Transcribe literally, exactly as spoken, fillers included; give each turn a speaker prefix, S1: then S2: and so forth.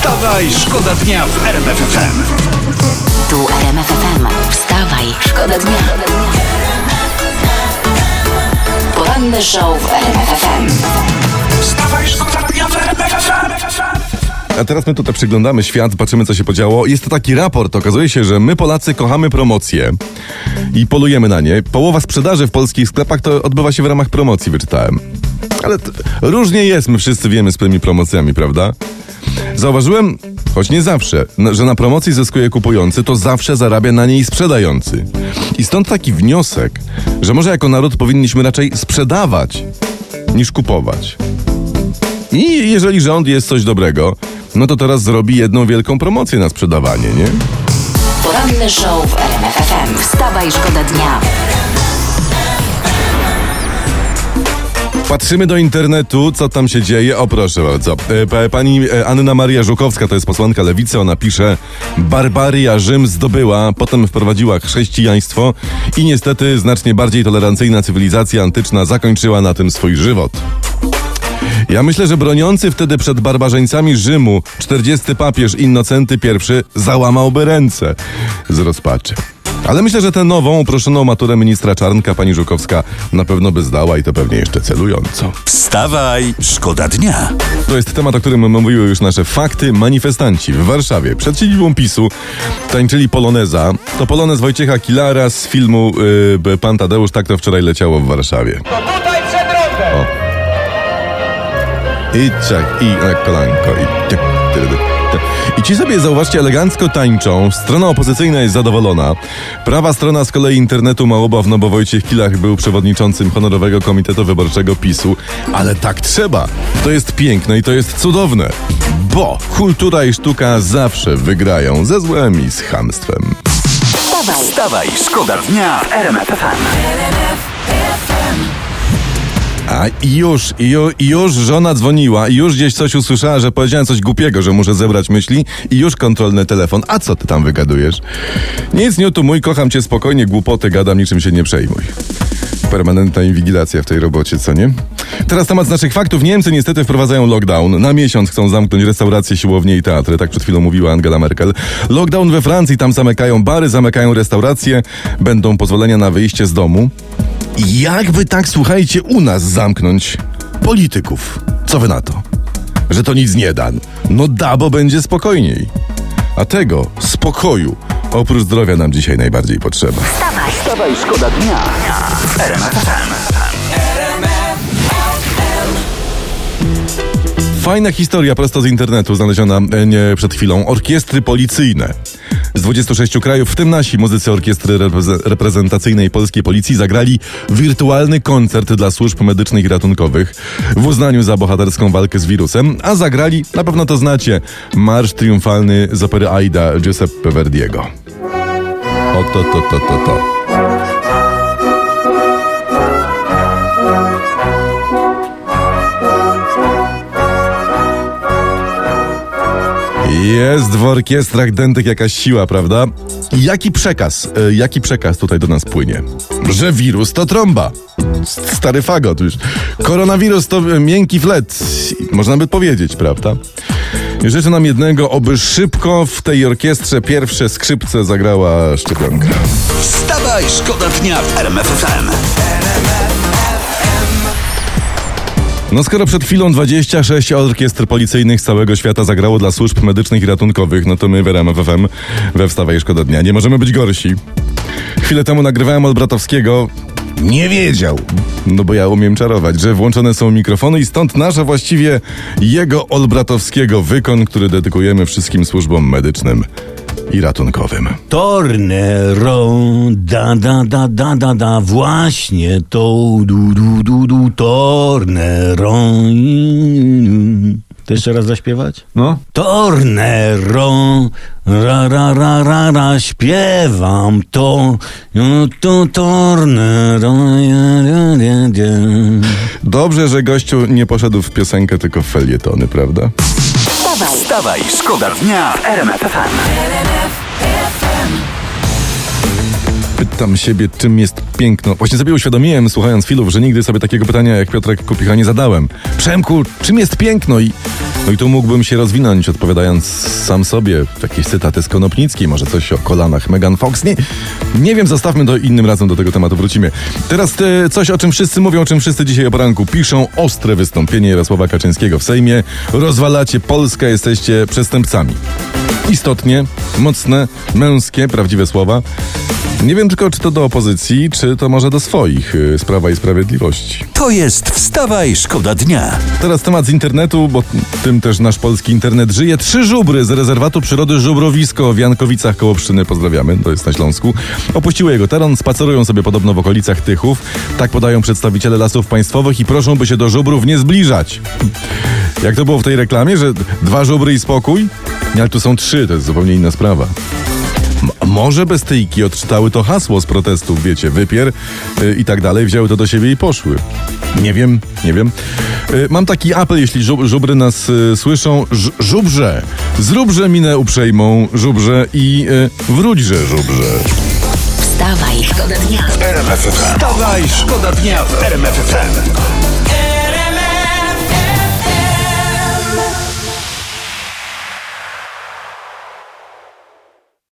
S1: Wstawaj, szkoda dnia w R M F F M.
S2: Tu R M F F M. Wstawaj, szkoda dnia. Poranny show w R M F F M.
S1: Wstawaj, szkoda dnia w R M F F M.
S3: A teraz my tutaj przyglądamy świat, patrzymy, co się podziało. Jest to taki raport. Okazuje się, że my Polacy kochamy promocje i polujemy na nie. Połowa sprzedaży w polskich sklepach to odbywa się w ramach promocji, wyczytałem. Ale t- różnie jest, my wszyscy wiemy z tymi promocjami, prawda? Zauważyłem, choć nie zawsze, n- że na promocji zyskuje kupujący, to zawsze zarabia na niej sprzedający. I stąd taki wniosek, że może jako naród powinniśmy raczej sprzedawać niż kupować. I jeżeli rząd jest coś dobrego, no to teraz zrobi jedną wielką promocję na sprzedawanie, nie?
S2: Poranny show w R M F F M. Wstawaj, szkoda dnia.
S3: Patrzymy do internetu, co tam się dzieje. O, proszę bardzo. E, Pani Anna Maria Żukowska, to jest posłanka Lewicy, ona pisze: barbaria Rzym zdobyła, potem wprowadziła chrześcijaństwo i niestety znacznie bardziej tolerancyjna cywilizacja antyczna zakończyła na tym swój żywot. Ja myślę, że broniący wtedy przed barbarzyńcami Rzymu czterdziesty papież Innocenty pierwszy załamałby ręce z rozpaczy. Ale myślę, że tę nową, uproszczoną maturę ministra Czarnka pani Żukowska na pewno by zdała i to pewnie jeszcze celująco.
S1: Wstawaj, szkoda dnia.
S3: To jest temat, o którym mówiły już nasze fakty. Manifestanci w Warszawie przed siedzibą PiSu tańczyli poloneza. To polonez Wojciecha Kilara z filmu yy, Pan Tadeusz, tak to wczoraj leciało w Warszawie.
S4: To tutaj przed rondem!
S3: O. I czek, i na kolanko, i tyk, tyk, tyk. I ci sobie, zauważcie, elegancko tańczą. Strona opozycyjna jest zadowolona. Prawa strona z kolei internetu ma obaw, no bo Wojciech Kilach był przewodniczącym Honorowego Komitetu Wyborczego PiSu. Ale tak trzeba. To jest piękne i to jest cudowne. Bo kultura i sztuka zawsze wygrają ze złem i z chamstwem.
S2: Wstawaj.
S1: Wstawaj, szkoda dnia w R M F F M.
S3: A i już, i już, i już żona dzwoniła, i już gdzieś coś usłyszała, że powiedziałem coś głupiego, że muszę zebrać myśli, i już kontrolny telefon. A co ty tam wygadujesz? Nic, nie tu mój, kocham cię, spokojnie, głupoty gadam, niczym się nie przejmuj. Permanentna inwigilacja w tej robocie, co nie? Teraz temat z naszych faktów. Niemcy niestety wprowadzają lockdown. Na miesiąc chcą zamknąć restauracje, siłownie i teatry. Tak przed chwilą mówiła Angela Merkel. Lockdown we Francji, tam zamykają bary, zamykają restauracje. Będą pozwolenia na wyjście z domu. Jakby tak, słuchajcie, u nas zamknąć polityków? Co wy na to? Że to nic nie da. No da, bo będzie spokojniej. A tego spokoju oprócz zdrowia nam dzisiaj najbardziej potrzeba.
S2: Wstawaj.
S1: Wstawaj, szkoda dnia w R M F F M.
S3: Fajna historia prosto z internetu znaleziona e, nie, przed chwilą. Orkiestry policyjne z dwudziestu sześciu krajów, w tym nasi muzycy Orkiestry Repreze- Reprezentacyjnej Polskiej Policji, zagrali wirtualny koncert dla służb medycznych i ratunkowych w uznaniu za bohaterską walkę z wirusem, a zagrali, na pewno to znacie, marsz triumfalny z opery Aida Giuseppe Verdiego. O to, to, to, to, to. Jest w orkiestrach dętek jakaś siła, prawda? I jaki przekaz, e, jaki przekaz tutaj do nas płynie? Że wirus to trąba. Stary fagot już. Koronawirus to miękki flet. Można by powiedzieć, prawda? I życzę nam jednego, oby szybko w tej orkiestrze pierwsze skrzypce zagrała Szczepionka.
S1: Wstawaj, szkoda dnia w R M F F M.
S3: No skoro przed chwilą dwadzieścia sześć orkiestr policyjnych z całego świata zagrało dla służb medycznych i ratunkowych, no to my w R M F F M we Wstawaj, szkoda dnia nie możemy być gorsi. Chwilę temu nagrywałem Olbratowskiego. Nie wiedział, no bo ja umiem czarować, że włączone są mikrofony i stąd nasza właściwie jego Olbratowskiego wykon, który dedykujemy wszystkim służbom medycznym i ratunkowym.
S5: Tornero, da da da da da da, właśnie to, du du du du, tornero. To jeszcze raz zaśpiewać?
S3: No.
S5: Tornero, ra ra ra ra ra, śpiewam to, to tornero.
S3: Dobrze, że gościu nie poszedł w piosenkę, tylko w felietony, prawda?
S2: Wstawaj.
S1: Wstawaj, szkoda dnia w R M F F M.
S3: Pytam siebie, czym jest piękno. Właśnie sobie uświadomiłem, słuchając filmów, że nigdy sobie takiego pytania jak Piotrek Kupicha nie zadałem. Przemku, czym jest piękno? I No i tu mógłbym się rozwinąć, odpowiadając sam sobie jakieś cytaty z Konopnickiej, może coś o kolanach Megan Fox. Nie, nie wiem, zostawmy to innym razem, do tego tematu wrócimy. Teraz te, coś, o czym wszyscy mówią, o czym wszyscy dzisiaj o poranku piszą. Ostre wystąpienie Jarosława Kaczyńskiego w Sejmie. Rozwalacie Polskę, jesteście przestępcami. Istotnie, mocne, męskie, prawdziwe słowa. Nie wiem tylko, czy to do opozycji, czy to może do swoich z Prawa i Sprawiedliwości.
S1: To jest Wstawaj, szkoda dnia.
S3: Teraz temat z internetu, bo tym też nasz polski internet żyje. Trzy żubry z rezerwatu przyrody Żubrowisko w Jankowicach koło Pszczyny, pozdrawiamy, to jest na Śląsku, opuściły jego teren, spacerują sobie podobno w okolicach Tychów. Tak podają przedstawiciele Lasów Państwowych i proszą, by się do żubrów nie zbliżać. Jak to było w tej reklamie, że dwa żubry i spokój? Nie, ale tu są trzy, to jest zupełnie inna sprawa. M- może bestyjki odczytały to hasło z protestów, wiecie, wypier yy, i tak dalej, wzięły to do siebie i poszły. Nie wiem, nie wiem. Yy, mam taki apel, jeśli żub- żubry nas yy, słyszą. Ż- żubrze, zróbże minę uprzejmą, żubrze i yy, wróćże, żubrze.
S2: Wstawaj, szkoda dnia.
S1: Wstawaj, szkoda dnia w R M F F M.